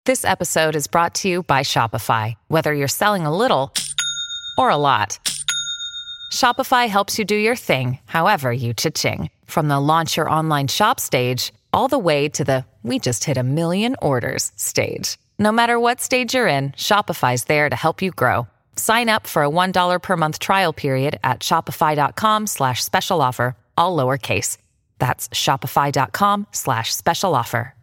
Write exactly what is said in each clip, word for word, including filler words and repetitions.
This episode is brought to you by Shopify. Whether you're selling a little or a lot, Shopify helps you do your thing, however you cha-ching. From the launch your online shop stage, all the way to the we just hit a million orders stage. No matter what stage you're in, Shopify's there to help you grow. Sign up for a one dollar per month trial period at shopify.com slash special offer, all lowercase. That's shopify.com slash special offer.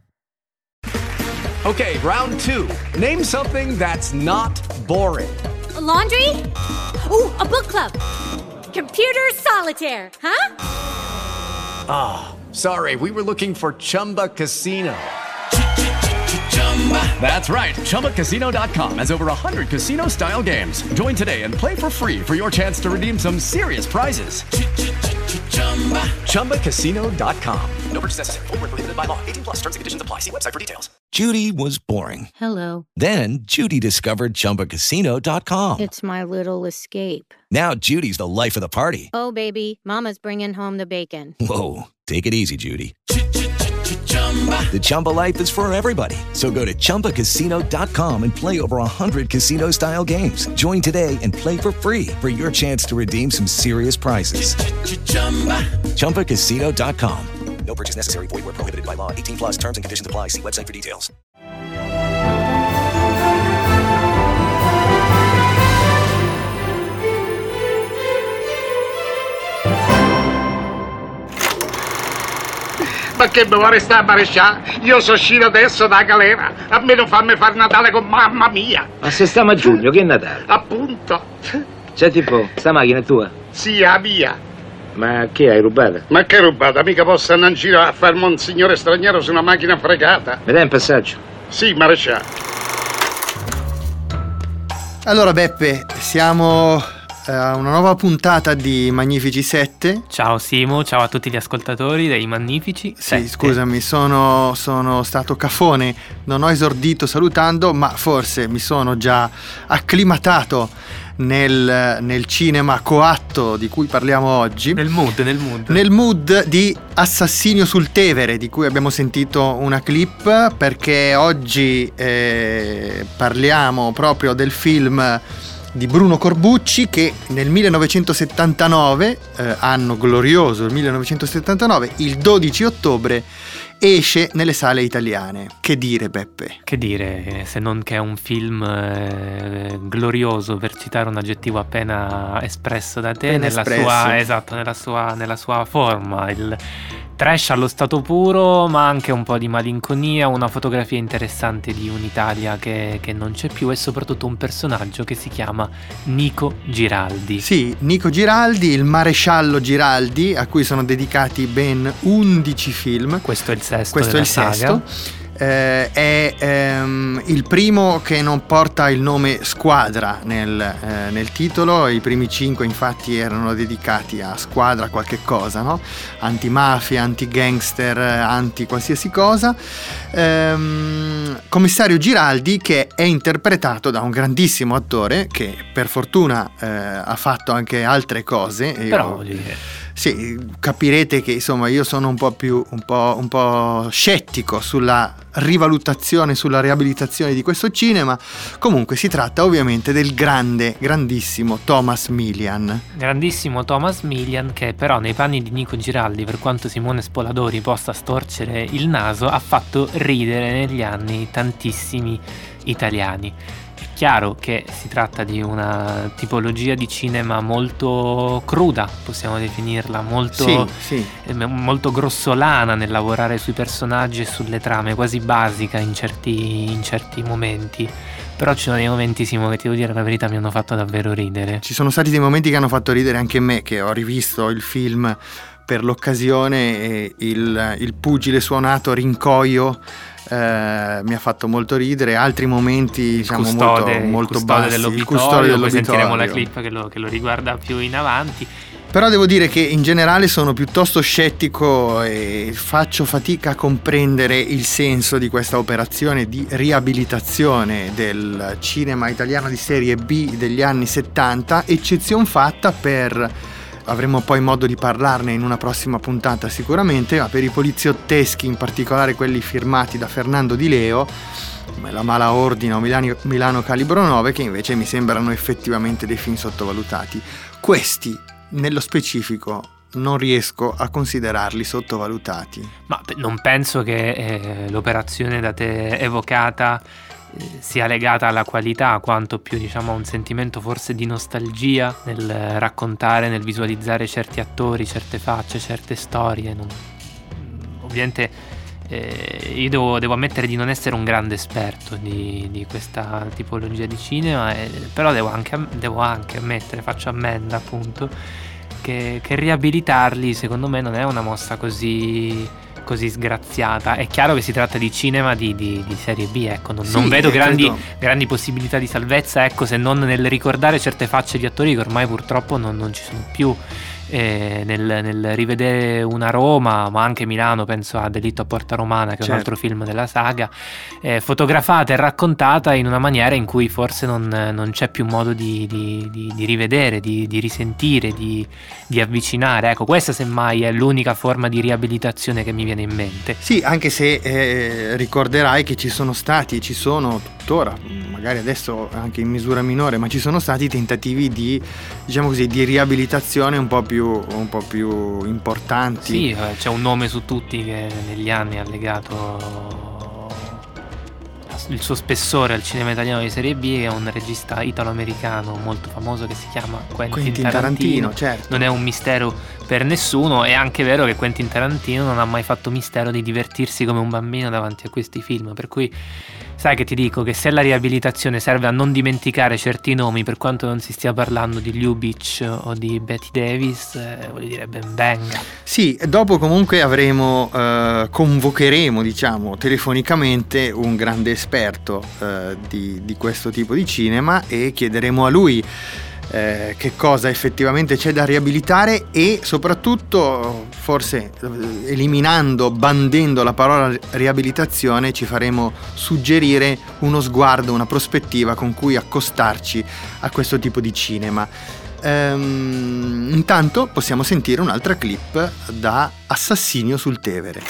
Okay, round two. Name something that's not boring. A laundry? Ooh, a book club. Computer solitaire, huh? Ah, oh, sorry, we were looking for Chumba Casino. That's right, Chumba Casino dot com has over one hundred casino-style games. Join today and play for free for your chance to redeem some serious prizes. Chumba Casino dot com. No purchase necessary. Void where prohibited by law. eighteen plus terms and conditions apply. See website for details. Judy was boring. Hello. Then Judy discovered Chumba Casino dot com. It's my little escape. Now Judy's the life of the party. Oh, baby, mama's bringing home the bacon. Whoa, take it easy, Judy. The Chumba life is for everybody. So go to Chumba Casino dot com and play over one hundred casino-style games. Join today and play for free for your chance to redeem some serious prizes. Chumba Casino dot com. No purchase necessary. Void where prohibited by law. eighteen plus terms and conditions apply. See website for details. Ma che mi vuole stare a maresciare? Io sono uscito adesso da galera. A me non fammi fare Natale con mamma mia. Ma se stiamo a giugno, che è Natale? Appunto. Senti un po', sta macchina è tua? Sì, la mia. Ma che hai rubata? Ma che rubata? Mica posso andare in giro a fare un signore straniero su una macchina fregata. Mi dai un passaggio? Sì, maresciallo. Allora Beppe, siamo a una nuova puntata di Magnifici sette. Ciao Simo, ciao a tutti gli ascoltatori dei Magnifici sette. Sì, scusami, sono, sono stato cafone, non ho esordito salutando, ma forse mi sono già acclimatato nel, nel cinema coatto di cui parliamo oggi. Nel mood, nel mood. Nel mood di Assassinio sul Tevere, di cui abbiamo sentito una clip, perché oggi eh, parliamo proprio del film di Bruno Corbucci, che nel millenovecentosettantanove, eh, anno glorioso il millenovecentosettantanove, il dodici ottobre esce nelle sale italiane. Che dire, Beppe? Che dire, se non che è un film eh, glorioso, per citare un aggettivo appena espresso da te, ben nella espresso. sua, esatto, nella sua, nella sua forma, il trash allo stato puro, ma anche un po' di malinconia, una fotografia interessante di un'Italia che, che non c'è più, e soprattutto un personaggio che si chiama Nico Giraldi. Sì, Nico Giraldi, il maresciallo Giraldi, a cui sono dedicati ben undici film. Questo è il sesto. Questo è il saga. sesto. Eh, è ehm, il primo che non porta il nome Squadra nel, eh, nel titolo. I primi cinque infatti erano dedicati a Squadra qualche cosa, no? Antimafia, anti-gangster, anti qualsiasi cosa. ehm, Commissario Giraldi, che è interpretato da un grandissimo attore che per fortuna eh, ha fatto anche altre cose. Però io, sì, capirete che insomma io sono un po' più un po', un po' scettico sulla rivalutazione, sulla riabilitazione di questo cinema. Comunque si tratta ovviamente del grande, grandissimo Thomas Milian. Grandissimo Thomas Milian, che però nei panni di Nico Giraldi, per quanto Simone Spoladori possa storcere il naso, ha fatto ridere negli anni tantissimi italiani. Chiaro che si tratta di una tipologia di cinema molto cruda, possiamo definirla, molto, sì, sì. Eh, molto grossolana nel lavorare sui personaggi e sulle trame, quasi basica in certi, in certi momenti. Però ci sono dei momenti, Simo, che ti devo dire la verità, mi hanno fatto davvero ridere. Ci sono stati dei momenti che hanno fatto ridere anche me, che ho rivisto il film per l'occasione, e il, il pugile suonato Rincoio eh, mi ha fatto molto ridere. Altri momenti, diciamo, custode, molto, molto custode bassi. Dell'obitorio, il custode poi dell'obitorio. sentiremo la clip che lo, che lo riguarda più in avanti. Però devo dire che in generale sono piuttosto scettico e faccio fatica a comprendere il senso di questa operazione di riabilitazione del cinema italiano di serie B degli anni settanta, eccezion fatta per, avremo poi modo di parlarne in una prossima puntata sicuramente, ma per i poliziotteschi, in particolare quelli firmati da Fernando Di Leo, come La Mala Ordine o Milano, Milano Calibro nove, che invece mi sembrano effettivamente dei film sottovalutati. Questi, nello specifico, non riesco a considerarli sottovalutati. Ma non penso che eh, l'operazione da te evocata eh, sia legata alla qualità, quanto più, diciamo, a un sentimento forse di nostalgia nel raccontare, nel visualizzare certi attori, certe facce, certe storie. Non... Ovviamente eh, io devo, devo ammettere di non essere un grande esperto di, di questa tipologia di cinema, eh, però devo anche, devo anche ammettere, faccio ammenda appunto, Che, che riabilitarli secondo me non è una mossa così, così sgraziata. È chiaro che si tratta di cinema di, di, di serie B, ecco, non, sì, non vedo grandi, grandi possibilità di salvezza, ecco, se non nel ricordare certe facce di attori che ormai purtroppo non, non ci sono più. Eh, nel, nel rivedere una Roma, ma anche Milano, penso a Delitto a Porta Romana, che certo. è un altro film della saga, eh, fotografata e raccontata in una maniera in cui forse non, non c'è più modo di, di, di, di rivedere, di, di risentire, di, di avvicinare. Ecco, questa semmai è l'unica forma di riabilitazione che mi viene in mente. Sì, anche se eh, ricorderai che ci sono stati, ci sono tuttora, magari adesso anche in misura minore, ma ci sono stati tentativi di, diciamo così, di riabilitazione un po' più un po' più importanti. Sì, c'è un nome su tutti che negli anni ha legato il suo spessore al cinema italiano di serie B, che è un regista italo-americano molto famoso che si chiama Quentin, Quentin Tarantino. Tarantino, certo. Non è un mistero per nessuno. È anche vero che Quentin Tarantino non ha mai fatto mistero di divertirsi come un bambino davanti a questi film, per cui sai che ti dico che se la riabilitazione serve a non dimenticare certi nomi, per quanto non si stia parlando di Lubitsch o di Bette Davis, eh, voglio dire, ben venga. Sì, dopo comunque avremo, eh, convocheremo, diciamo, telefonicamente un grande esperto eh, di, di questo tipo di cinema e chiederemo a lui Eh, che cosa effettivamente c'è da riabilitare e soprattutto, forse eliminando, bandendo la parola riabilitazione, ci faremo suggerire uno sguardo, una prospettiva con cui accostarci a questo tipo di cinema. Ehm, intanto possiamo sentire un'altra clip da Assassinio sul Tevere.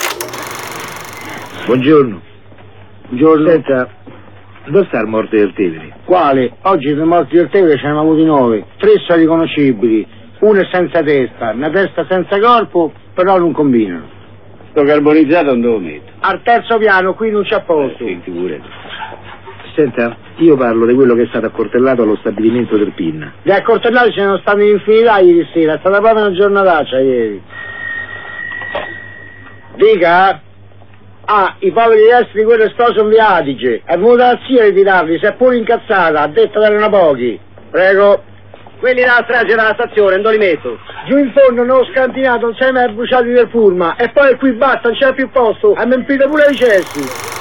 Buongiorno. Buongiorno. Senta, dove sta il morto del Tevere? Quale? Oggi dei morti del Tevere ce ne abbiamo avuti nove. Tre sono riconoscibili. Uno è senza testa, una testa senza corpo, però non combinano. Sto carbonizzato non devo mettere. Al terzo piano, qui non c'è posto. Eh, sì, pure. Senta, io parlo di quello che è stato accortellato allo stabilimento del Pinna. Gli accortellati ce ne sono stati in infinità ieri sera, è stata proprio una giornataccia ieri. Dica? Ah, i poveri resti di quell'esploso in via Adige. È venuta la zia a ritirarli, si è pure incazzata, ha detto che erano pochi. Prego. Quelli dalla strage dalla stazione, non li metto. Giù in fondo, nello scantinato, insieme ai bruciati del Pulma. E poi qui basta, non c'è più posto. Hanno empito pure i cessi.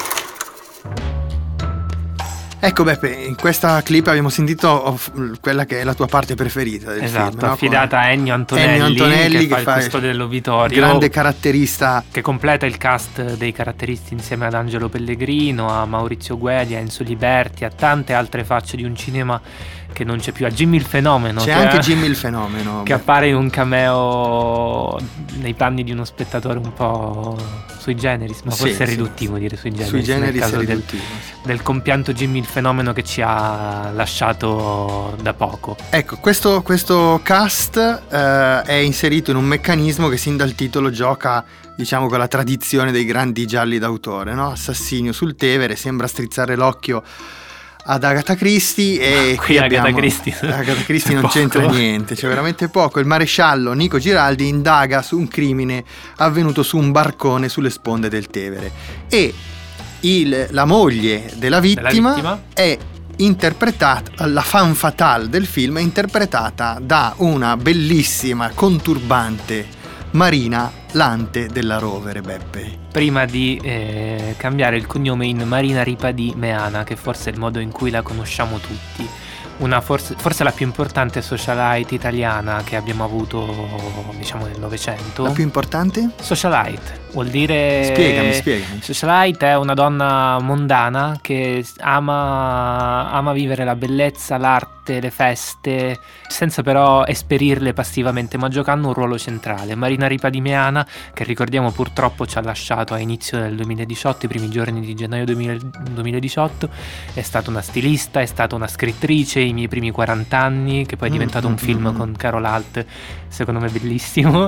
Ecco Beppe, in questa clip abbiamo sentito quella che è la tua parte preferita del esatto, film, no? affidata a Ennio Antonelli, Ennio Antonelli che, che fa il custode dell'obitorio, grande caratterista, che completa il cast dei caratteristi insieme ad Angelo Pellegrino, a Maurizio Guedi, a Enzo Liberti, a tante altre facce di un cinema che non c'è più, a Jimmy il Fenomeno. C'è anche Jimmy il Fenomeno che appare in un cameo nei panni di uno spettatore un po' sui generis, ma sì, forse è sì. riduttivo dire sui generis, sui generis nel caso è del, riduttivo, sì. del compianto Jimmy il Fenomeno che ci ha lasciato da poco. Ecco, questo, questo cast eh, è inserito in un meccanismo che sin dal titolo gioca, diciamo, con la tradizione dei grandi gialli d'autore, no? Assassinio sul Tevere, sembra strizzare l'occhio ad Agatha Christie e qui, qui Agatha abbiamo Christie, Agatha Christie non poco. c'entra niente, c'è veramente poco. Il maresciallo Nico Giraldi indaga su un crimine avvenuto su un barcone sulle sponde del Tevere e il, la moglie della vittima, della vittima è interpretata, la femme fatale del film è interpretata da una bellissima, conturbante Marina Lante della Rovere, Beppe. Prima di eh, cambiare il cognome in Marina Ripadì Meana, che forse è il modo in cui la conosciamo tutti. Una forse, forse la più importante socialite italiana che abbiamo avuto, diciamo, nel Novecento. La più importante? Socialite vuol dire... Spiegami, spiegami. Socialite è una donna mondana che ama, ama vivere la bellezza, l'arte dirette, le feste, senza però esperirle passivamente, ma giocando un ruolo centrale. Marina Ripa di Meana, che ricordiamo purtroppo ci ha lasciato a inizio del duemiladiciotto, i primi giorni di gennaio duemiladiciotto, è stata una stilista, è stata una scrittrice, I miei primi quaranta anni, che poi è diventato un film con Carol Alt, secondo me bellissimo.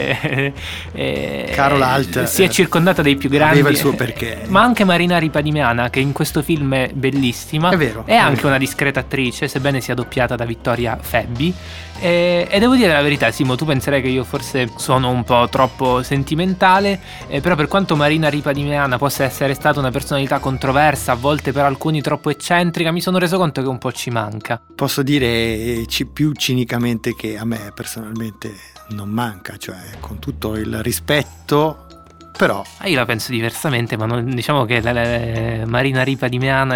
E, e, Carol Alt si è circondata dei più grandi, aveva il suo perché. Ma anche Marina Ripa di Meana, che in questo film è bellissima, è vero, è anche una discreta attrice, sebbene sia doppiata da Vittoria Febbi. E, e devo dire la verità, Simo, tu penserai che io forse sono un po' troppo sentimentale, eh, però per quanto Marina Ripa di Meana possa essere stata una personalità controversa, a volte per alcuni troppo eccentrica, mi sono reso conto che un po' ci manca. Posso dire ci, più cinicamente che a me personalmente non manca, cioè con tutto il rispetto, però ah, io la penso diversamente, ma non, diciamo che la, la, Marina Ripa di Meana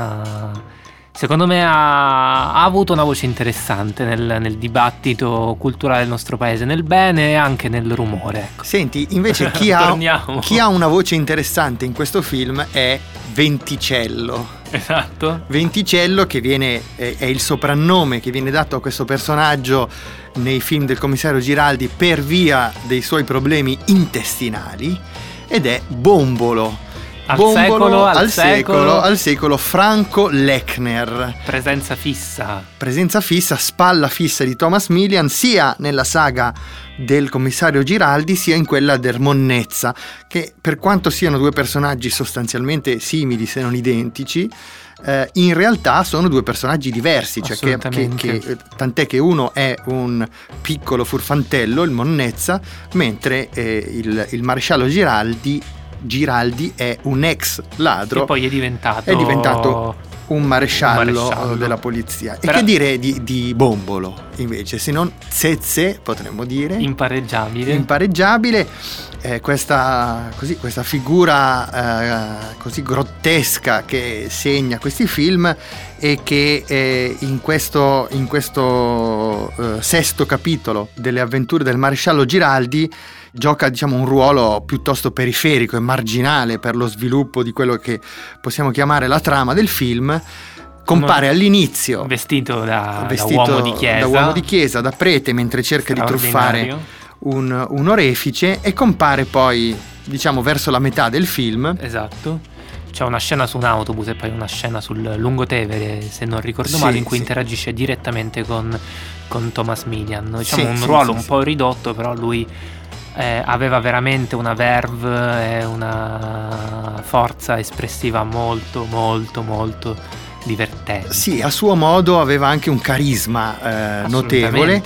è, secondo me ha, ha avuto una voce interessante nel, nel dibattito culturale del nostro paese, nel bene e anche nel rumore, ecco. Senti, invece chi, ha, chi ha una voce interessante in questo film è Venticello. Esatto. Venticello, che viene è, è il soprannome che viene dato a questo personaggio nei film del commissario Giraldi per via dei suoi problemi intestinali, ed è Bombolo. Al Bombolo, secolo, al, al secolo, secolo, al secolo Franco Lechner. Presenza fissa. Presenza fissa, spalla fissa di Thomas Milian, sia nella saga del commissario Giraldi sia in quella del Monnezza, che per quanto siano due personaggi sostanzialmente simili se non identici, eh, in realtà sono due personaggi diversi, cioè che, che, che, tant'è che uno è un piccolo furfantello, il Monnezza, mentre eh, il, il maresciallo Giraldi Giraldi è un ex ladro e poi è diventato, è diventato un maresciallo, un maresciallo della polizia. Però, e che dire di, di Bombolo invece, se non Zezze, potremmo dire impareggiabile impareggiabile eh, questa, così, questa figura eh, così grottesca che segna questi film e che eh, in questo, in questo eh, sesto capitolo delle avventure del maresciallo Giraldi gioca, diciamo, un ruolo piuttosto periferico e marginale per lo sviluppo di quello che possiamo chiamare la trama del film. Compare all'inizio vestito da, vestito da uomo di chiesa, da uomo di chiesa, da prete, mentre cerca di truffare un, un orefice, e compare poi, diciamo, verso la metà del film. Esatto. C'è una scena su un autobus e poi una scena sul Lungotevere, se non ricordo sì, male, in cui sì. interagisce direttamente con, con Thomas Milian. Diciamo sì, un sì, ruolo sì, un sì. po' ridotto, però lui eh, aveva veramente una verve e una forza espressiva molto, molto, molto divertente. Sì, a suo modo aveva anche un carisma eh, notevole.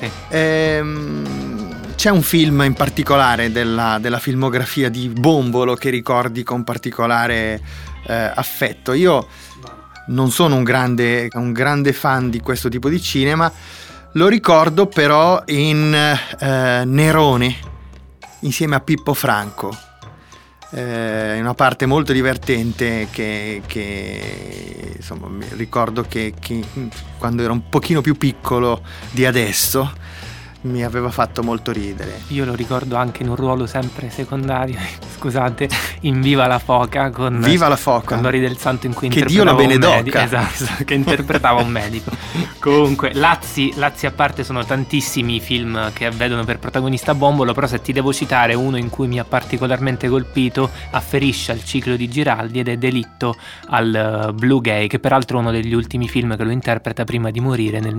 Ehm, c'è un film in particolare della, della filmografia di Bombolo che ricordi con particolare eh, affetto? Io non sono un grande, un grande fan di questo tipo di cinema, lo ricordo però in eh, Nerone insieme a Pippo Franco. È una parte molto divertente che, che insomma, mi ricordo che, che quando ero un pochino più piccolo di adesso mi aveva fatto molto ridere. Io lo ricordo anche in un ruolo sempre secondario, scusate, in Viva la Foca con Viva la Foca con Lori del Santo, in cui che Dio la benedocca. Esatto, che interpretava un medico. Comunque, Lazzi, Lazzi a parte, sono tantissimi i film che vedono per protagonista Bombolo, però se ti devo citare uno in cui mi ha particolarmente colpito, afferisce al ciclo di Giraldi ed è Delitto al Blue Gay, che peraltro è uno degli ultimi film che lo interpreta prima di morire nel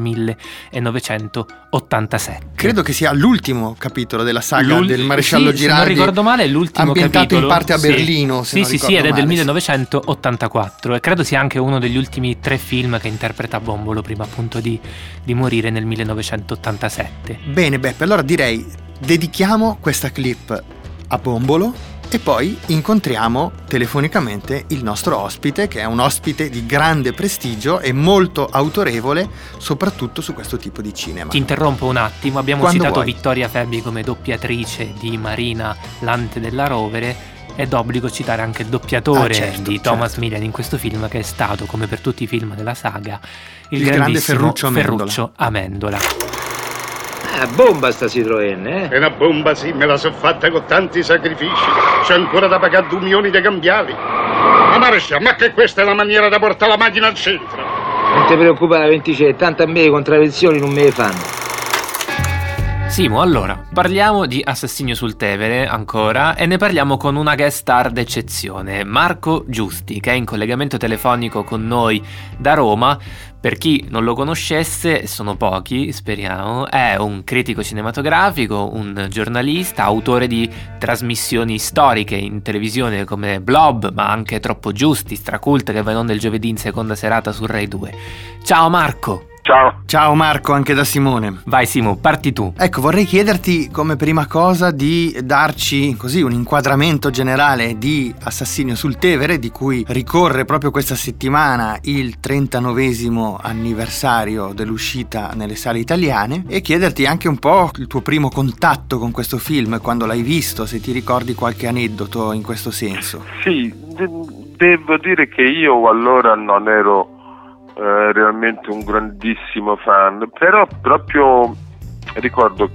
millenovecentottantasette. Credo che sia l'ultimo capitolo della saga L'ul- del maresciallo sì, Giraldi. Se non ricordo male è l'ultimo ambientato capitolo, in parte a sì. Berlino, se sì non sì ricordo sì ed è male. del millenovecentottantaquattro e credo sia anche uno degli ultimi tre film che interpreta Bombolo prima appunto di, di morire nel millenovecentottantasette. Bene Beppe, allora direi dedichiamo questa clip a Bombolo e poi incontriamo telefonicamente il nostro ospite, che è un ospite di grande prestigio e molto autorevole soprattutto su questo tipo di cinema. Ti interrompo un attimo, abbiamo Quando citato vuoi. Vittoria Febbi come doppiatrice di Marina, l'ante della Rovere, è d'obbligo citare anche il doppiatore ah, certo, di Thomas certo. Milian in questo film, che è stato, come per tutti i film della saga, il, il grande Ferruccio Amendola. Ferruccio Amendola. Ah, bomba sta Citroën, eh? È una bomba, sì, me la so fatta con tanti sacrifici. C'è ancora da pagare due milioni di cambiali. Ma maresciallo, ma che questa è la maniera da portare la macchina al centro? Non ti preoccupare, Venticè, tanto a me le contravvenzioni non me le fanno. Simo, allora, parliamo di Assassinio sul Tevere ancora e ne parliamo con una guest star d'eccezione, Marco Giusti, che è in collegamento telefonico con noi da Roma. Per chi non lo conoscesse, sono pochi, speriamo, è un critico cinematografico, un giornalista, autore di trasmissioni storiche in televisione come Blob, ma anche Troppo Giusti, Stracult, che va in onda il giovedì in seconda serata su Rai due. Ciao Marco! Ciao. Ciao Marco, anche da Simone. Vai Simo, parti tu. Ecco, vorrei chiederti come prima cosa di darci così un inquadramento generale di Assassinio sul Tevere, di cui ricorre proprio questa settimana il trentanovesimo anniversario dell'uscita nelle sale italiane, e chiederti anche un po' il tuo primo contatto con questo film, quando l'hai visto, se ti ricordi qualche aneddoto in questo senso. Sì, de- devo dire che io allora non ero Eh, realmente un grandissimo fan, però proprio ricordo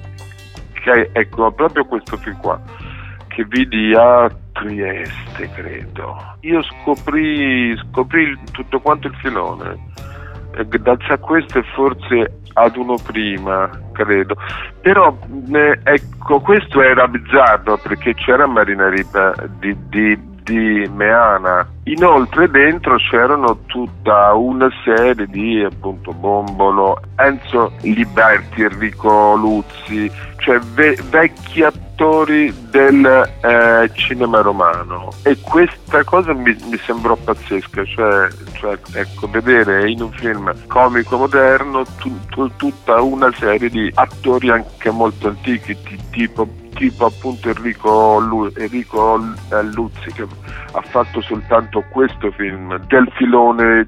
che ecco proprio questo film qua che vidi a Trieste, credo, io scoprì scoprì tutto quanto il filone, eh, grazie a questo e forse ad uno prima, credo, però eh, ecco, questo era bizzarro perché c'era Marina Ripa di, di di Meana, inoltre dentro c'erano tutta una serie di appunto Bombolo, Enzo Liberti, Enrico Luzzi, cioè ve- vecchi attori del eh, cinema romano, e questa cosa mi, mi sembrò pazzesca, cioè, cioè ecco, vedere in un film comico moderno tu- tu- tutta una serie di attori anche molto antichi, t- tipo tipo appunto Enrico, Lu- Enrico eh, Luzzi, che ha fatto soltanto questo film del filone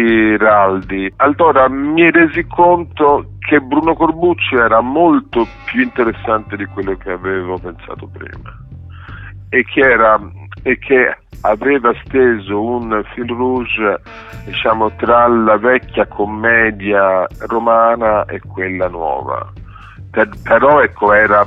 Giraldi. Allora mi resi conto che Bruno Corbucci era molto più interessante di quello che avevo pensato prima, e che era e che aveva steso un fil rouge, diciamo, tra la vecchia commedia romana e quella nuova. Per, però ecco, era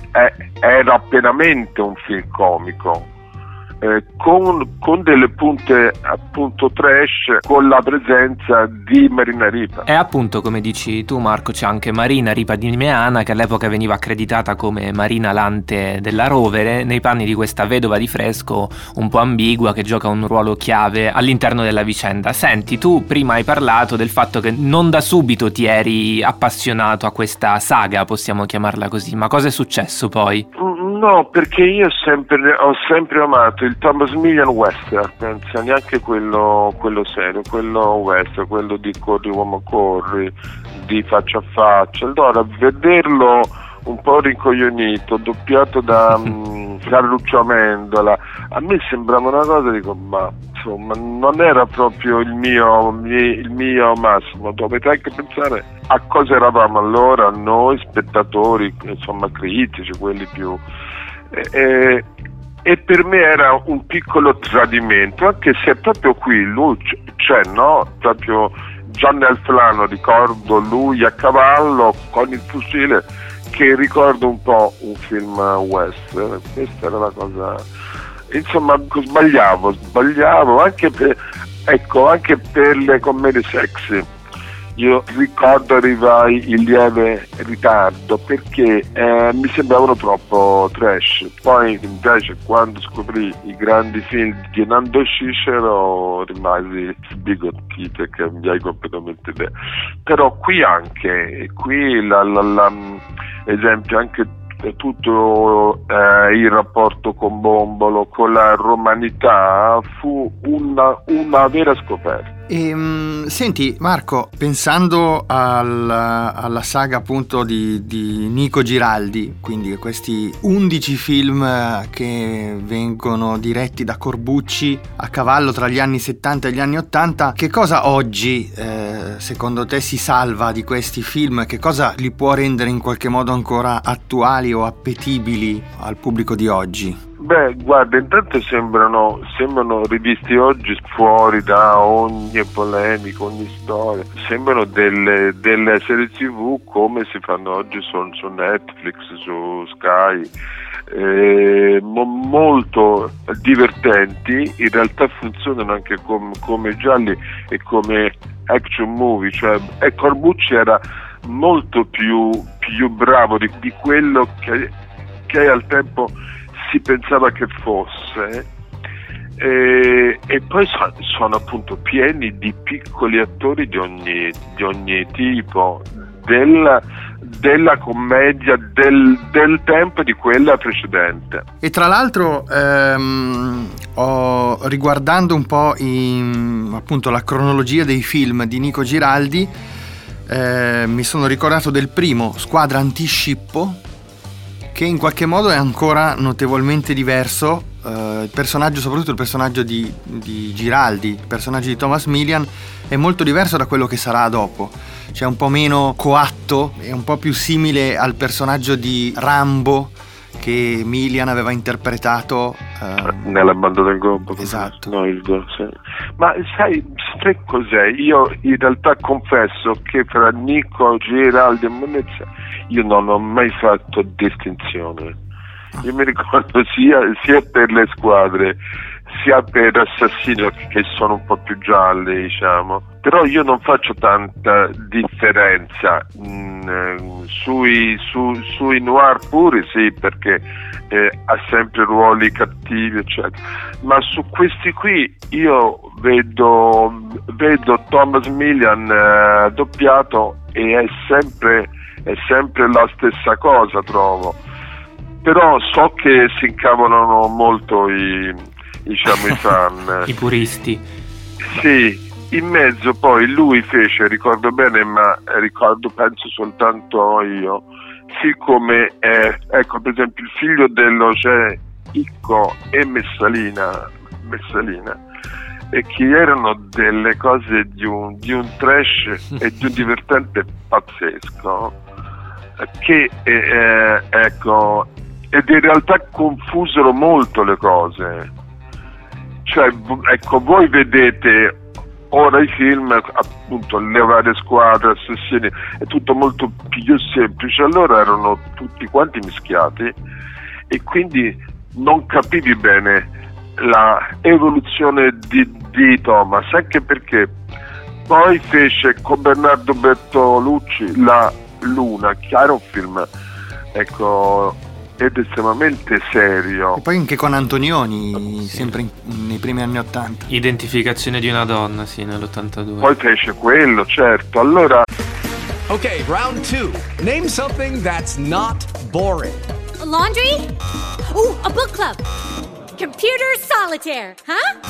era pienamente un film comico, eh, con, con delle punte appunto trash, con la presenza di Marina Ripa. E appunto, come dici tu Marco, c'è anche Marina Ripa di Meana, che all'epoca veniva accreditata come Marina Lante della Rovere, nei panni di questa vedova di Fresco un po' ambigua che gioca un ruolo chiave all'interno della vicenda. Senti, tu prima hai parlato del fatto che non da subito ti eri appassionato a questa saga, possiamo chiamarla così, ma cosa è successo poi? No, perché io sempre, ho sempre amato il Thomas Millian western, pensa, neanche quello, quello serio, quello western, quello di Corri uomo corri, di Faccia a faccia. Allora vederlo un po' rincoglionito, doppiato da um, Carluccio Amendola, a me sembrava una cosa, dico, ma insomma non era proprio il mio, il mio massimo. Dovete anche pensare a cosa eravamo allora noi spettatori, insomma critici, quelli più e, e, e per me era un piccolo tradimento, anche se proprio qui lui c'è, no? Proprio Gianni Alfano, ricordo lui a cavallo con il fucile, che ricordo un po' un film western. Questa era la cosa, insomma, sbagliavo sbagliavo anche per, ecco, anche per le commedie sexy. Io ricordo arrivai in lieve ritardo perché eh, mi sembravano troppo trash. Poi invece quando scoprì i grandi film di Nando Cicero rimasi sbigottito e cambiai completamente idea. Però qui anche, qui la, la, la esempio anche tutto eh, il rapporto con Bombolo, con la romanità, fu una, una vera scoperta. E, um, senti Marco, pensando al, alla saga appunto di, di Nico Giraldi, quindi questi undici film che vengono diretti da Corbucci a cavallo tra gli anni settanta e gli anni ottanta, che cosa oggi eh, secondo te si salva di questi film? Che cosa li può rendere in qualche modo ancora attuali o appetibili al pubblico di oggi? Beh, guarda, intanto sembrano, sembrano rivisti oggi fuori da ogni polemica, ogni storia. Sembrano delle, delle serie tivù come si fanno oggi su, su Netflix, su Sky, eh, mo, molto divertenti. In realtà funzionano anche com, come gialli e come action movie, cioè, e Corbucci era molto più, più bravo di, di quello che, che al tempo si pensava che fosse, e, e poi so, sono appunto pieni di piccoli attori di ogni, di ogni tipo, della, della commedia del, del tempo e di quella precedente. E tra l'altro ehm, ho, riguardando un po' in, appunto la cronologia dei film di Nico Giraldi, eh, mi sono ricordato del primo, Squadra Antiscippo, che in qualche modo è ancora notevolmente diverso. Uh, il personaggio, soprattutto il personaggio di, di Giraldi, il personaggio di Thomas Milian, è molto diverso da quello che sarà dopo. C'è un po' meno coatto, è un po' più simile al personaggio di Rambo che Milian aveva interpretato uh... nella banda del gobbo. Esatto. No, il go, sì. Ma sai, sai cos'è? Io in realtà confesso che fra Nico Giraldi e Monezza io non ho mai fatto distinzione. Io mi ricordo sia, sia per le squadre sia per Assassino, che sono un po' più gialle, diciamo, però io non faccio tanta differenza mh, sui, su, sui noir puri, sì, perché eh, ha sempre ruoli cattivi eccetera, ma su questi qui io vedo vedo Thomas Milian eh, doppiato e è sempre è sempre la stessa cosa, trovo. Però so che si incavolano molto i, diciamo, i fan. I puristi. Sì, in mezzo poi lui fece, ricordo bene, ma ricordo penso soltanto io, siccome è, ecco per esempio il figlio dello c'è Icco e Messalina, Messalina, e che erano delle cose di un, di un trash e di un divertente pazzesco, che eh, ecco, ed in realtà confusero molto le cose. Cioè, ecco, voi vedete ora i film, appunto, le varie squadre, assassini, è tutto molto più semplice. Allora erano tutti quanti mischiati e quindi non capivi bene la evoluzione di, di Thomas, anche perché poi fece con Bernardo Bertolucci La Luna, che era un film, ecco, ed estremamente serio. E poi anche con Antonioni, sì, sempre in, nei primi anni ottanta. Identificazione di una donna, sì, nell'ottantadue. Poi fece quello, certo. Allora. Ok, round two. Name something that's not boring. A laundry? Ooh, a book club. Computer solitaire, huh?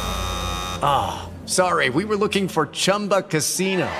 Ah, oh, sorry, we were looking for Chumba Casino.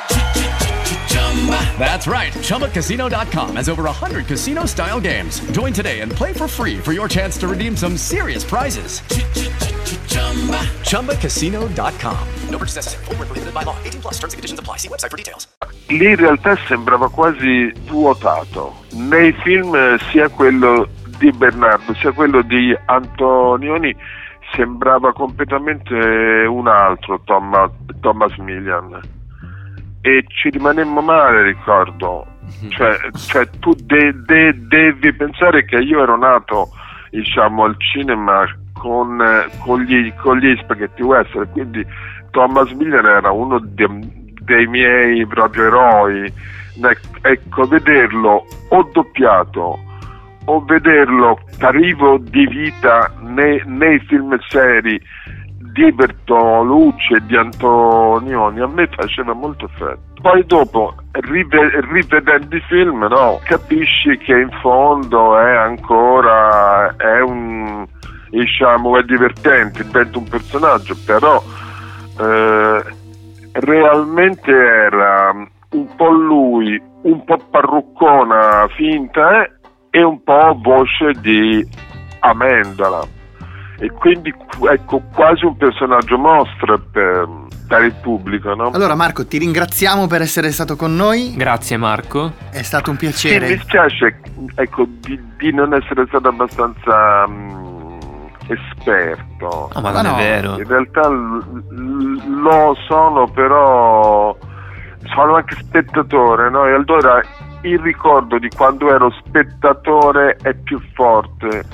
That's right. Chumba Casino dot com has over one hundred casino-style games. Join today and play for free for your chance to redeem some serious prizes. Chumba Casino dot com. No purchase necessary. Void where prohibited by law. eighteen plus. Terms and conditions apply. See website for details. Lì in realtà sembrava quasi vuotato. Nei film, sia quello di Bernardo sia quello di Antonioni, sembrava completamente un altro Thomas, Thomas Milian. E ci rimanemmo male, ricordo. Cioè, cioè tu de- de- devi pensare che io ero nato, diciamo, al cinema con, con, gli, con gli spaghetti western, quindi Thomas Milian era uno de- dei miei proprio eroi. Ecco, vederlo o doppiato o vederlo privo di vita nei, nei film seri di Bertolucci e di Antonioni a me faceva molto effetto. Poi dopo rive- rivedendo i film, no, capisci che in fondo è ancora è un, diciamo, è divertente, diventa un personaggio, però eh, realmente era un po' lui, un po' parruccona finta eh, e un po' voce di Amendola. E quindi ecco quasi un personaggio mostro per, per il pubblico, no? Allora Marco, ti ringraziamo per essere stato con noi. Grazie Marco. È stato un piacere. Sì, mi spiace, ecco, di, di non essere stato abbastanza mh, esperto. No, ma non no. è vero. In realtà l- lo sono, però sono anche spettatore, no? E allora il ricordo di quando ero spettatore è più forte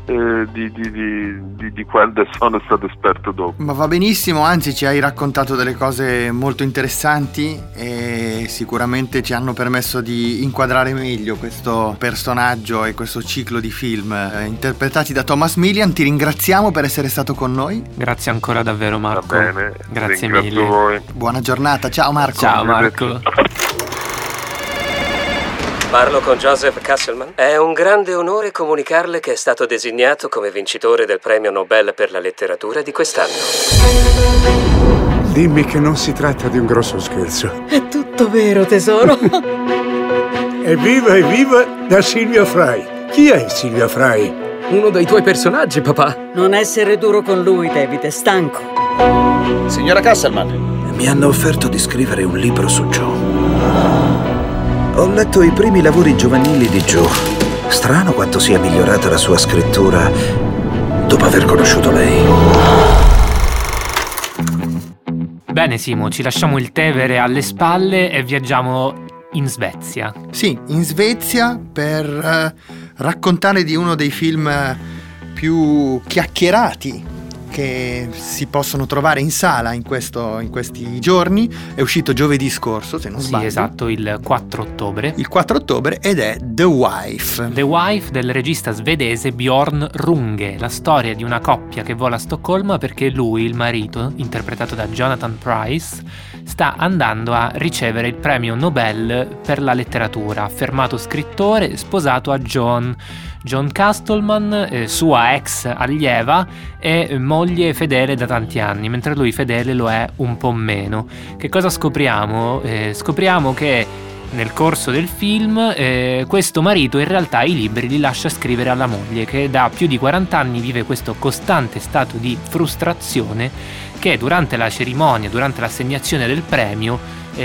eh, di, di, di, di, di quando sono stato esperto dopo. Ma va benissimo, anzi ci hai raccontato delle cose molto interessanti e sicuramente ci hanno permesso di inquadrare meglio questo personaggio e questo ciclo di film eh, interpretati da Thomas Milian. Ti ringraziamo per essere stato con noi. Grazie ancora davvero, Marco. Va bene, grazie ringrazio mille. voi. Buona giornata, ciao Marco. Ciao Marco. Parlo con Joseph Castleman. È un grande onore comunicarle che è stato designato come vincitore del premio Nobel per la letteratura di quest'anno. Dimmi che non si tratta di un grosso scherzo. È tutto vero, tesoro. Evviva, evviva da Silvia Fry. Chi è Silvia Fry? Uno dei tuoi personaggi, papà. Non essere duro con lui, David, è stanco. Signora Castleman, mi hanno offerto di scrivere un libro su Joe. Ho letto i primi lavori giovanili di Joe. Strano quanto sia migliorata la sua scrittura dopo aver conosciuto lei. Bene Simo, ci lasciamo il Tevere alle spalle e viaggiamo in Svezia. Sì, in Svezia per eh, raccontare di uno dei film più chiacchierati che si possono trovare in sala in, questo, in questi giorni. È uscito giovedì scorso, se non sì, sbaglio. Sì, esatto, il quattro ottobre. Il quattro ottobre ed è The Wife. The Wife del regista svedese Bjorn Runge, la storia di una coppia che vola a Stoccolma perché lui, il marito, interpretato da Jonathan Pryce, sta andando a ricevere il premio Nobel per la letteratura, affermato scrittore sposato a Joan. John Castleman, eh, sua ex allieva e moglie fedele da tanti anni, mentre lui fedele lo è un po' meno. Che cosa scopriamo? Eh, scopriamo che nel corso del film eh, questo marito in realtà i libri li lascia scrivere alla moglie, che da più di quaranta anni vive questo costante stato di frustrazione che durante la cerimonia, durante l'assegnazione del premio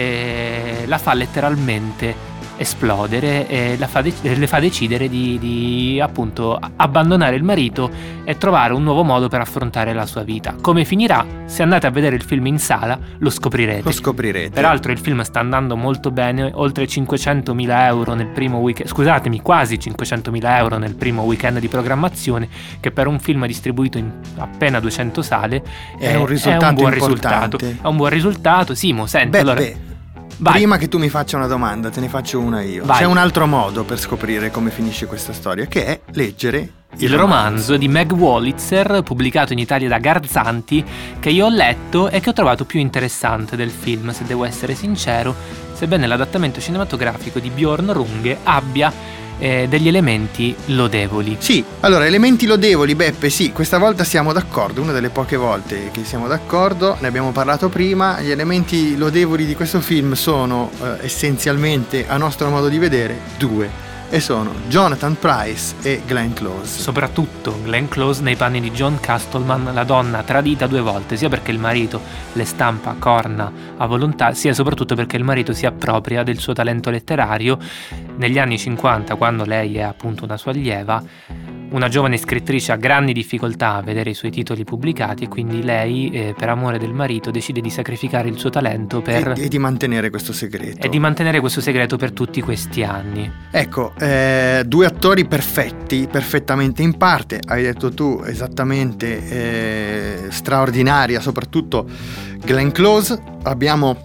eh, la fa letteralmente esplodere e la fa de- le fa decidere di, di appunto abbandonare il marito e trovare un nuovo modo per affrontare la sua vita. Come finirà? Se andate a vedere il film in sala lo scoprirete. Lo scoprirete. Peraltro il film sta andando molto bene, oltre cinquecentomila euro nel primo weekend, scusatemi, quasi cinquecentomila euro nel primo weekend di programmazione, che per un film distribuito in appena duecento sale è, è un risultato è un buon importante. risultato. È un buon risultato. Simo, senti, beh, allora beh. Vai. Prima che tu mi faccia una domanda, te ne faccio una io. Vai. C'è un altro modo per scoprire come finisce questa storia, che è leggere il, il romanzo. romanzo di Meg Wolitzer, pubblicato in Italia da Garzanti, che io ho letto e che ho trovato più interessante del film, se devo essere sincero, sebbene l'adattamento cinematografico di Bjorn Runge abbia Eh, degli elementi lodevoli. Sì, allora, elementi lodevoli, Beppe, sì, questa volta siamo d'accordo, una delle poche volte che siamo d'accordo, ne abbiamo parlato prima. Gli elementi lodevoli di questo film sono eh, essenzialmente, a nostro modo di vedere, due, e sono Jonathan Pryce e Glenn Close. Soprattutto Glenn Close nei panni di John Castleman, la donna tradita due volte, sia perché il marito le stampa corna a volontà, sia soprattutto perché il marito si appropria del suo talento letterario. Negli anni cinquanta, quando lei è appunto una sua allieva, una giovane scrittrice ha grandi difficoltà a vedere i suoi titoli pubblicati e quindi lei, eh, per amore del marito, decide di sacrificare il suo talento per... E, e di mantenere questo segreto. E di mantenere questo segreto per tutti questi anni. Ecco, eh, due attori perfetti, perfettamente in parte, hai detto tu, esattamente, eh, straordinaria, soprattutto Glenn Close. Abbiamo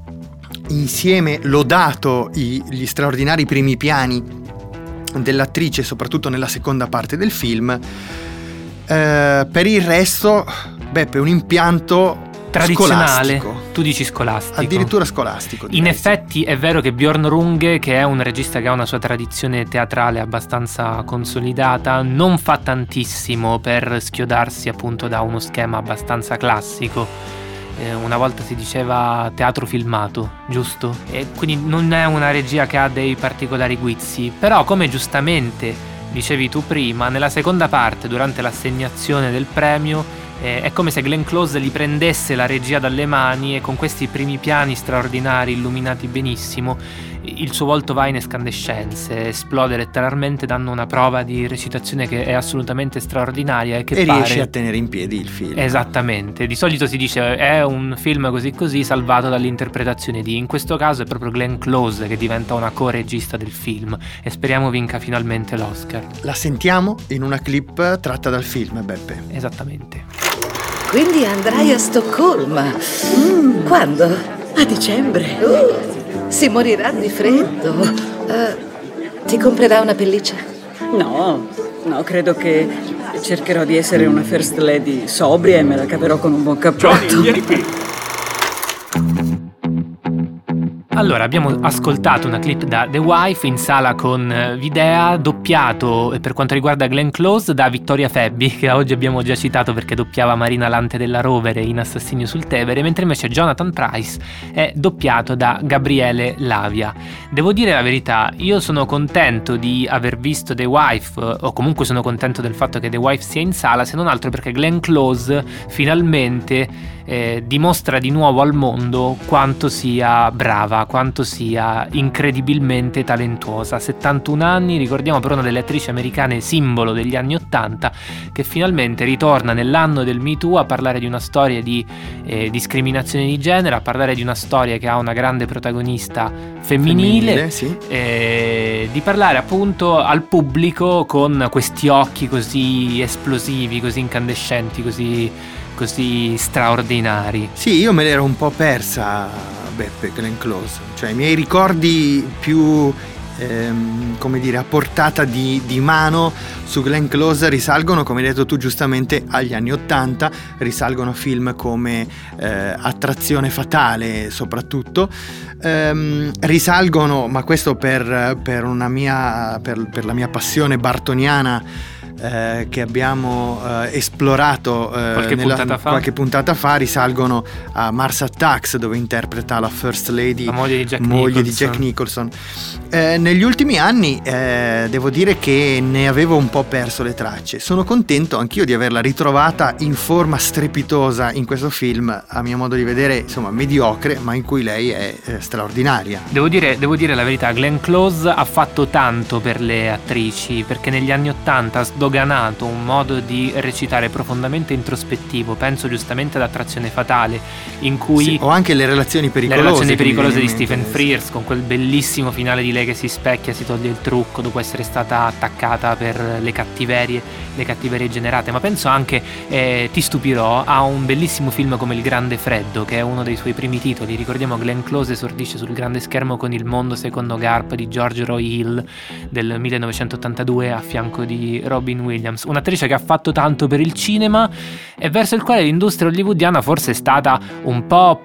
insieme lodato i, gli straordinari primi piani dell'attrice, soprattutto nella seconda parte del film. Eh, per il resto, Beppe, un impianto tradizionale, scolastico. Tu dici scolastico. Addirittura scolastico. In effetti è vero che Bjorn Runge, che è un regista che ha una sua tradizione teatrale abbastanza consolidata, non fa tantissimo per schiodarsi appunto da uno schema abbastanza classico. Una volta si diceva teatro filmato, giusto? E quindi non è una regia che ha dei particolari guizzi. Però, come giustamente dicevi tu prima, nella seconda parte, durante l'assegnazione del premio, Eh, è come se Glenn Close gli prendesse la regia dalle mani e con questi primi piani straordinari, illuminati benissimo, il suo volto va in escandescenze, esplode letteralmente, dando una prova di recitazione che è assolutamente straordinaria e che e pare... riesce a tenere in piedi il film. Esattamente, di solito si dice è un film così così salvato dall'interpretazione di, in questo caso è proprio Glenn Close che diventa una co-regista del film e speriamo vinca finalmente l'Oscar. La sentiamo in una clip tratta dal film, Beppe. Esattamente. Quindi andrai a Stoccolma. Mm, quando? A dicembre. Uh, si morirà di freddo. Uh, ti comprerà una pelliccia? No, no, credo che cercherò di essere una first lady sobria e me la caverò con un buon cappotto. Vieni qui. Allora, abbiamo ascoltato una clip da The Wife in sala con Videa, doppiato per quanto riguarda Glenn Close da Vittoria Febbi, che oggi abbiamo già citato perché doppiava Marina Lante della Rovere in Assassinio sul Tevere, mentre invece Jonathan Pryce è doppiato da Gabriele Lavia. Devo dire la verità, io sono contento di aver visto The Wife, o comunque sono contento del fatto che The Wife sia in sala, se non altro perché Glenn Close finalmente eh, dimostra di nuovo al mondo quanto sia brava, quanto sia incredibilmente talentuosa. settantuno anni, ricordiamo, per una delle attrici americane simbolo degli anni ottanta, che finalmente ritorna nell'anno del Me Too a parlare di una storia di eh, discriminazione di genere, a parlare di una storia che ha una grande protagonista femminile, femminile sì. eh, di parlare appunto al pubblico con questi occhi così esplosivi, così incandescenti, così così straordinari. Sì, io me l'ero un po' persa, Beppe, Glenn Close, cioè i miei ricordi più ehm, come dire a portata di, di mano su Glenn Close risalgono, come hai detto tu giustamente, agli anni ottanta, risalgono a film come eh, Attrazione fatale soprattutto, ehm, risalgono, ma questo per, per una mia per, per la mia passione bartoniana Eh, che abbiamo eh, esplorato eh, qualche, nella, puntata fa. qualche puntata fa, risalgono a Mars Attacks, dove interpreta la First Lady, la moglie di Jack moglie Nicholson, di Jack Nicholson. Eh, negli ultimi anni eh, devo dire che ne avevo un po' perso le tracce. Sono contento anch'io di averla ritrovata in forma strepitosa in questo film, a mio modo di vedere insomma mediocre, ma in cui lei è eh, straordinaria. Devo dire, devo dire la verità, Glenn Close ha fatto tanto per le attrici, perché negli anni ottanta ha sdoganato un modo di recitare profondamente introspettivo. Penso giustamente ad Attrazione fatale, in cui sì, o anche le relazioni pericolose, le relazioni pericolose di mente, Stephen Frears, con quel bellissimo finale di lei che si specchia, si toglie il trucco dopo essere stata attaccata per le cattiverie le cattiverie generate. Ma penso anche, eh, ti stupirò, a un bellissimo film come Il Grande Freddo, che è uno dei suoi primi titoli. Ricordiamo, Glenn Close esordisce sul grande schermo con Il mondo secondo Garp di George Roy Hill del millenovecentottantadue a fianco di Robin Williams, un'attrice che ha fatto tanto per il cinema e verso il quale l'industria hollywoodiana forse è stata un po'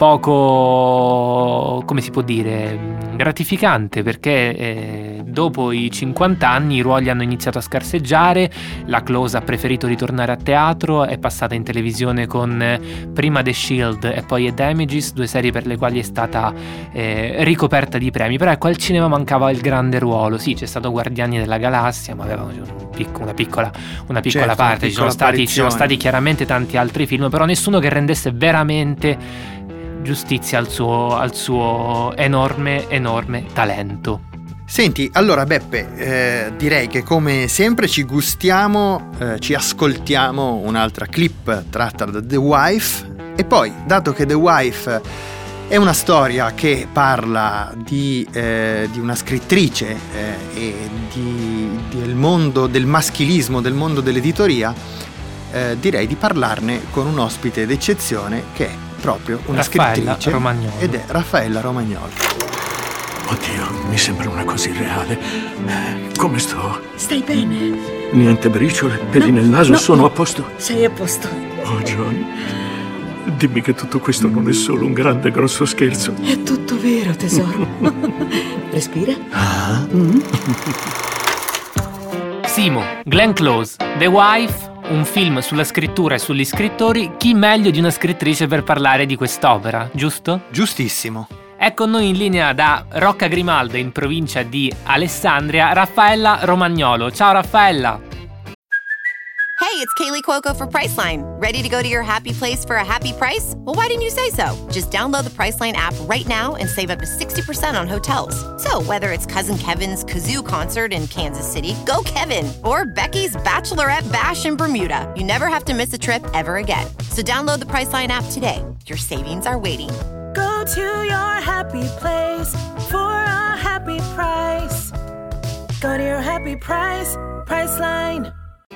poco, come si può dire, gratificante, perché eh, dopo i cinquanta anni i ruoli hanno iniziato a scarseggiare. La Close ha preferito ritornare a teatro, è passata in televisione con eh, prima The Shield e poi The Damages, due serie per le quali è stata eh, ricoperta di premi, però ecco, al cinema mancava il grande ruolo. Sì, c'è stato Guardiani della Galassia, ma aveva un pic- una piccola, una piccola certo, parte, una ci sono, stati, ci sono stati chiaramente tanti altri film, però nessuno che rendesse veramente giustizia al suo, al suo enorme, enorme talento. Senti, allora Beppe, eh, direi che come sempre ci gustiamo, eh, ci ascoltiamo un'altra clip tratta da The Wife, e poi, dato che The Wife è una storia che parla di, eh, di una scrittrice eh, e di, del mondo del maschilismo, del mondo dell'editoria, eh, direi di parlarne con un ospite d'eccezione che è proprio una Raffaella scrittrice Romagnolo. ed è Raffaella Romagnolo. Oddio, mi sembra una cosa irreale. Come sto? Stai bene? Niente briciole, peli No, nel naso, no, sono no. a posto. Sei a posto. Oh, Johnny, dimmi che tutto questo non è solo un grande grosso scherzo. È tutto vero, tesoro. Respira. Ah? Mm. Simo, Glenn Close, The Wife, un film sulla scrittura e sugli scrittori. Chi meglio di una scrittrice per parlare di quest'opera, giusto? Giustissimo. È con noi in linea da Rocca Grimaldo, in provincia di Alessandria, Raffaella Romagnolo. Ciao Raffaella! Hey, it's Kaylee Cuoco for Priceline. Ready to go to your happy place for a happy price? Well, why didn't you say so? Just download the Priceline app right now and save up to sixty percent on hotels. So whether it's Cousin Kevin's Kazoo Concert in Kansas City, go Kevin, or Becky's Bachelorette Bash in Bermuda, you never have to miss a trip ever again. So download the Priceline app today. Your savings are waiting. Go to your happy place for a happy price. Go to your happy price, Priceline.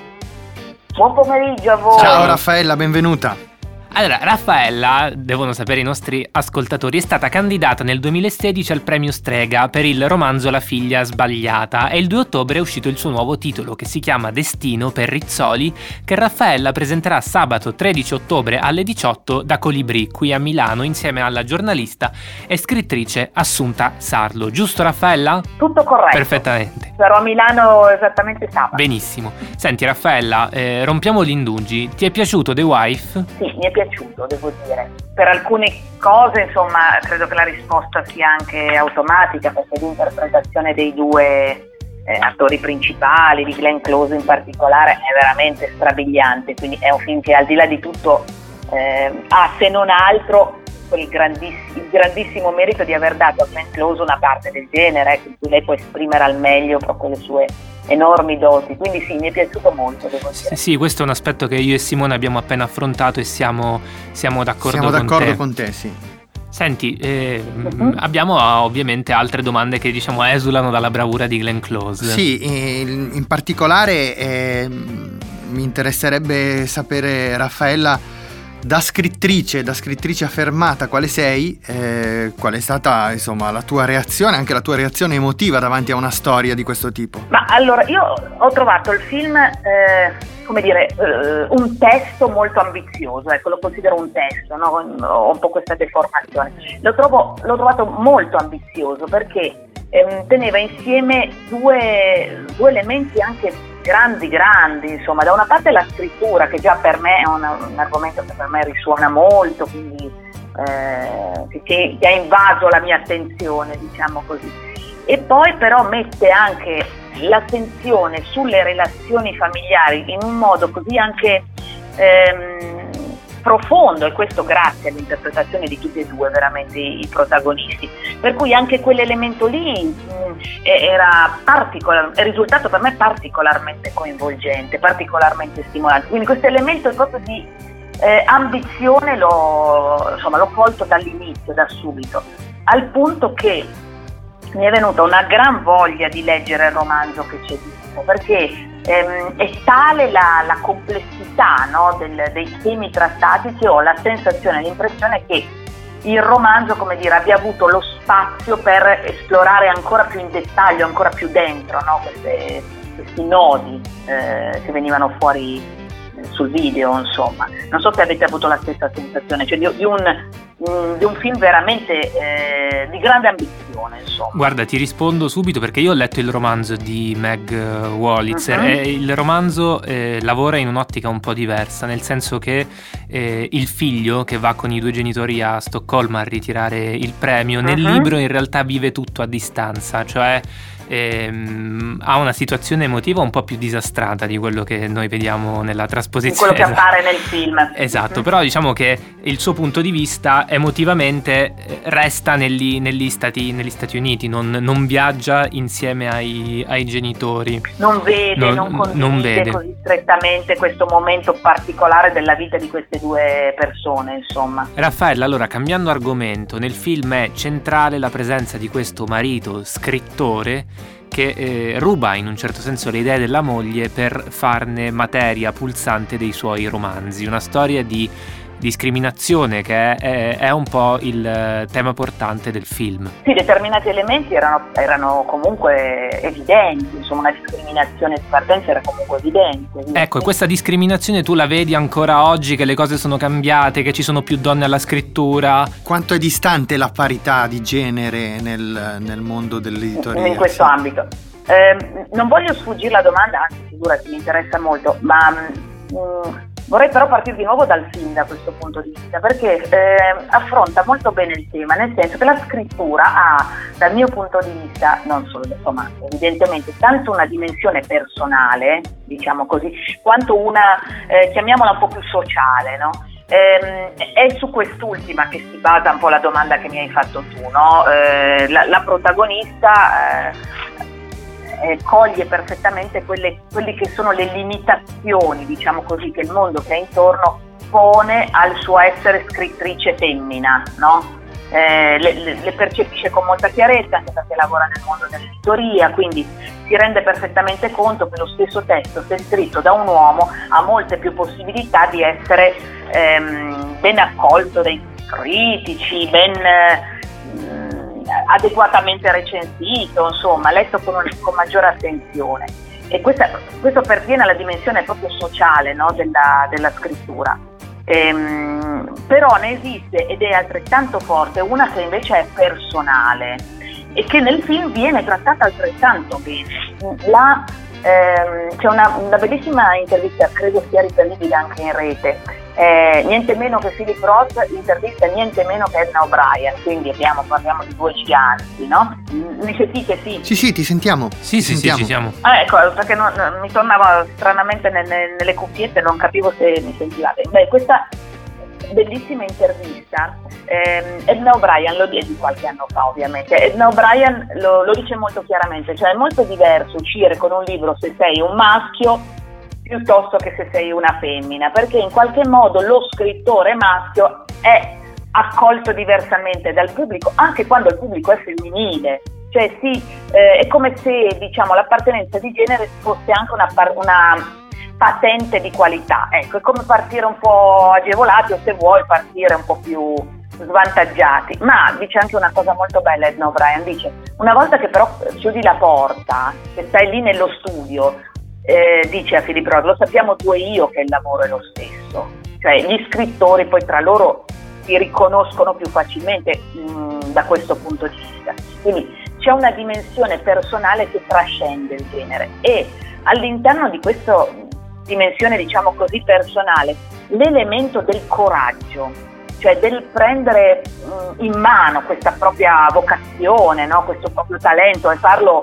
Buon pomeriggio a voi. Ciao Raffaella, benvenuta. Allora, Raffaella, devono sapere i nostri ascoltatori, è stata candidata nel duemilasedici al premio Strega per il romanzo La figlia sbagliata e il due ottobre è uscito il suo nuovo titolo che si chiama Destino per Rizzoli, che Raffaella presenterà sabato tredici ottobre alle diciotto da Colibrì qui a Milano insieme alla giornalista e scrittrice Assunta Sarlo. Giusto Raffaella? Tutto corretto. Perfettamente. Sarò a Milano esattamente sabato. Benissimo. Senti Raffaella, eh, rompiamo gli indugi. Ti è piaciuto The Wife? Sì, mi è piaciuto, devo dire. Per alcune cose, insomma, credo che la risposta sia anche automatica, perché l'interpretazione dei due eh, attori principali, di Glenn Close in particolare, è veramente strabiliante. Quindi è un film che al di là di tutto eh, ha, se non altro, quel grandissimo, il grandissimo merito di aver dato a Glenn Close una parte del genere, in cui lei può esprimere al meglio proprio le sue enormi doti, quindi sì, mi è piaciuto molto, devo dire. Sì, sì, questo è un aspetto che io e Simone abbiamo appena affrontato e siamo, siamo d'accordo siamo con d'accordo te. con te, sì. Senti, eh, uh-huh. abbiamo ovviamente altre domande che diciamo esulano dalla bravura di Glenn Close. Sì, in, in particolare eh, mi interesserebbe sapere, Raffaella, da scrittrice, da scrittrice affermata quale sei, eh, qual è stata insomma la tua reazione, anche la tua reazione emotiva davanti a una storia di questo tipo? Ma allora, io ho trovato il film, eh, come dire, eh, un testo molto ambizioso, ecco, lo considero un testo, no? Ho un po' questa deformazione. Lo trovo, l'ho trovato molto ambizioso perché ehm, teneva insieme due, due elementi anche grandi grandi, insomma, da una parte la scrittura, che già per me è un, un argomento che per me risuona molto, quindi eh, che, che ha invaso la mia attenzione, diciamo così, e poi però mette anche l'attenzione sulle relazioni familiari in un modo così anche ehm, profondo, e questo grazie all'interpretazione di tutti e due veramente i protagonisti, per cui anche quell'elemento lì mh, era particolar- è risultato per me particolarmente coinvolgente, particolarmente stimolante, quindi questo elemento proprio di eh, ambizione l'ho, insomma, l'ho colto dall'inizio, da subito, al punto che mi è venuta una gran voglia di leggere il romanzo che c'è dietro, perché ehm, è tale la, la complessità, no, del, dei temi trattati, che ho la sensazione, l'impressione che il romanzo, come dire, abbia avuto lo spazio per esplorare ancora più in dettaglio, ancora più dentro, no, queste, questi nodi eh, che venivano fuori eh, sul video, insomma. Non so se avete avuto la stessa sensazione, cioè di, di, un, mh, di un film veramente eh, di grande ambizione, insomma. Guarda, ti rispondo subito perché io ho letto il romanzo di Meg Wolitzer uh-huh. e il romanzo eh, lavora in un'ottica un po' diversa, nel senso che eh, il figlio che va con i due genitori a Stoccolma a ritirare il premio, uh-huh. nel libro in realtà vive tutto a distanza, cioè ehm, ha una situazione emotiva un po' più disastrata di quello che noi vediamo nella trasposizione, quello che appare nel film. Esatto, uh-huh. però diciamo che il suo punto di vista emotivamente resta negli, negli, Stati, negli Stati Uniti, non, non viaggia insieme ai, ai genitori, non vede, non, non condivide non vede. così strettamente questo momento particolare della vita di queste due persone, insomma. Raffaella, allora, cambiando argomento, nel film è centrale la presenza di questo marito scrittore che eh, ruba in un certo senso le idee della moglie per farne materia pulsante dei suoi romanzi, una storia di discriminazione che è, è un po' il tema portante del film. Sì, determinati elementi erano, erano comunque evidenti, insomma una discriminazione di partenza era comunque evidente. evidente. Ecco, e questa discriminazione tu la vedi ancora oggi, che le cose sono cambiate, che ci sono più donne alla scrittura? Quanto è distante la parità di genere nel, nel mondo dell'editoria? In questo ambito. Eh, non voglio sfuggire la domanda, anzi figurati, mi interessa molto, ma mh, Vorrei però partire di nuovo dal film da questo punto di vista, perché eh, affronta molto bene il tema, nel senso che la scrittura ha, dal mio punto di vista, non solo, insomma, evidentemente, tanto una dimensione personale, diciamo così, quanto una, eh, chiamiamola un po' più sociale, no? Eh, è su quest'ultima che si basa un po' la domanda che mi hai fatto tu, no? Eh, la, la protagonista eh, Eh, coglie perfettamente quelle, quelle che sono le limitazioni, diciamo così, che il mondo che è intorno pone al suo essere scrittrice femmina, no? Eh, le, le, le percepisce con molta chiarezza, anche perché lavora nel mondo dell'editoria, quindi si rende perfettamente conto che lo stesso testo, se scritto da un uomo, ha molte più possibilità di essere ehm, ben accolto dai critici, ben eh, adeguatamente recensito, insomma, letto con, con maggiore attenzione. E questa, questo pertiene alla dimensione proprio sociale, no, della, della scrittura. Ehm, però ne esiste, ed è altrettanto forte, una che invece è personale e che nel film viene trattata altrettanto bene. La, ehm, c'è una, una bellissima intervista, credo sia risalibile anche in rete, Eh, niente meno che Philip Roth intervista niente meno che Edna O'Brien, quindi abbiamo, parliamo di due giganti, no? Mi sentite? Sì? Sì, sì, ti sentiamo. Sì, sì, sentiamo. sì, ci siamo. Ah, ecco, perché non, mi tornava stranamente nelle, nelle cuffiette, non capivo se mi sentivate. Beh, questa bellissima intervista, ehm, Edna O'Brien lo dice di qualche anno fa, ovviamente. Edna O'Brien lo, lo dice molto chiaramente, cioè è molto diverso uscire con un libro se sei un maschio piuttosto che se sei una femmina, perché in qualche modo lo scrittore maschio è accolto diversamente dal pubblico, anche quando il pubblico è femminile. Cioè sì, eh, è come se, diciamo, l'appartenenza di genere fosse anche una, una patente di qualità. Ecco, è come partire un po' agevolati o, se vuoi, partire un po' più svantaggiati. Ma dice anche una cosa molto bella Edna O'Brien, dice: una volta che però chiudi la porta, che stai lì nello studio, Eh, dice a Philip Roth, lo sappiamo tu e io che il lavoro è lo stesso, cioè gli scrittori poi tra loro si riconoscono più facilmente mh, da questo punto di vista, quindi c'è una dimensione personale che trascende il genere, e all'interno di questa dimensione, diciamo così, personale, l'elemento del coraggio, cioè del prendere mh, in mano questa propria vocazione, no? Questo proprio talento, e farlo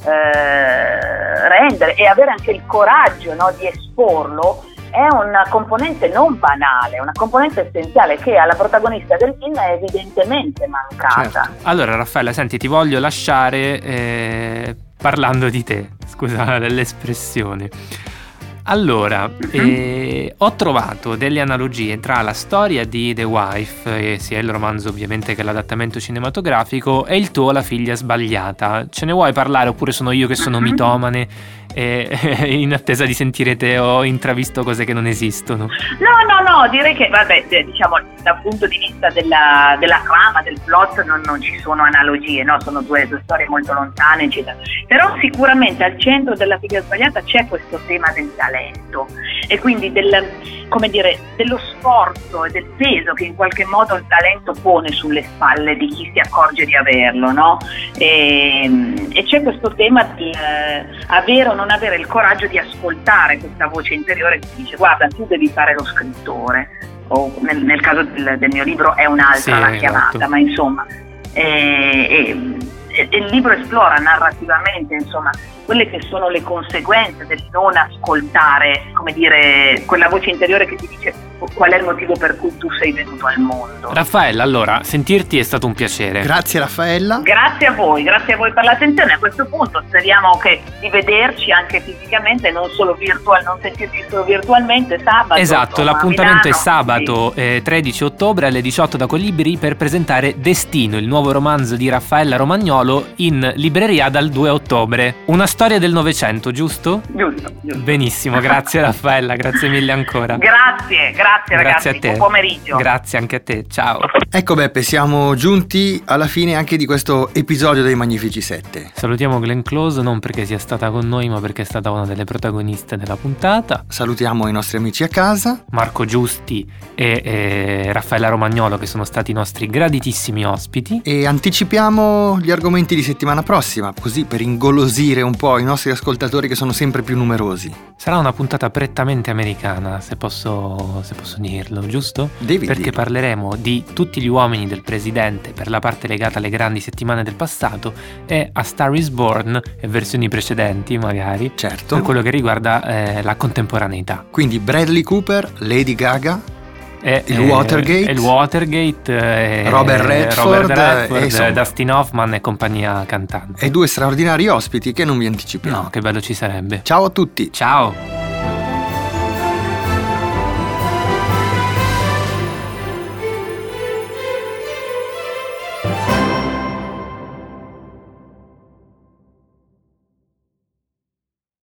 Eh, rendere e avere anche il coraggio, no, di esporlo, è una componente non banale, una componente essenziale che alla protagonista del film è evidentemente mancata. Certo. Allora Raffaella, senti, ti voglio lasciare eh, parlando di te, scusa l'espressione. Allora, eh, ho trovato delle analogie tra la storia di The Wife, eh, sia il romanzo ovviamente che l'adattamento cinematografico, e il tuo La figlia sbagliata. Ce ne vuoi parlare, oppure sono io che sono mitomane e in attesa di sentire te ho intravisto cose che non esistono? No, no, no, direi che, vabbè, diciamo, dal punto di vista della, della trama, del plot, non, non ci sono analogie, no? Sono due, due storie molto lontane, eccetera. Però sicuramente al centro della figlia sbagliata c'è questo tema del talento, e quindi del, come dire, dello sforzo e del peso che in qualche modo il talento pone sulle spalle di chi si accorge di averlo, no? E, e c'è questo tema di eh, avere o non avere il coraggio di ascoltare questa voce interiore che ti dice: guarda, tu devi fare lo scrittore, o nel, nel caso del, del mio libro è un'altra sì, la chiamata, esatto. Ma insomma, e, e, e il libro esplora narrativamente, insomma, quelle che sono le conseguenze del non ascoltare, come dire, quella voce interiore che ti dice qual è il motivo per cui tu sei venuto al mondo. Raffaella, allora, sentirti è stato un piacere. Grazie Raffaella. Grazie a voi, grazie a voi per l'attenzione. A questo punto speriamo che di vederci anche fisicamente, non solo virtual, non sentirci solo virtualmente sabato. Esatto, insomma, l'appuntamento Milano, è sabato sì. eh, tredici ottobre alle diciotto da Colibri per presentare Destino, il nuovo romanzo di Raffaella Romagnolo, in libreria dal due ottobre. Una storia del Novecento, giusto? Giusto, giusto. Benissimo, grazie Raffaella, grazie mille ancora. Grazie, grazie. grazie ragazzi, Grazie a te. buon pomeriggio. Grazie anche a te, ciao. Ecco Beppe, siamo giunti alla fine anche di questo episodio dei Magnifici Sette. Salutiamo Glenn Close non perché sia stata con noi ma perché è stata una delle protagoniste della puntata. Salutiamo i nostri amici a casa, Marco Giusti e, e Raffaella Romagnolo, che sono stati i nostri graditissimi ospiti. e anticipiamo gli argomenti di settimana prossima, così per ingolosire un po' i nostri ascoltatori che sono sempre più numerosi. Sarà una puntata prettamente americana, se posso, se posso dirlo, giusto? Devi Perché dirlo. parleremo di tutti gli uomini del presidente per la parte legata alle grandi settimane del passato e a Star is Born e versioni precedenti magari, certo, per quello che riguarda eh, la contemporaneità. Quindi Bradley Cooper, Lady Gaga, E, il eh, Watergate, il Watergate eh, Robert Redford, Robert Redford, e insomma. Dustin Hoffman e compagnia cantante. e due straordinari ospiti che non vi anticipiamo. No, che bello ci sarebbe. Ciao a tutti. Ciao.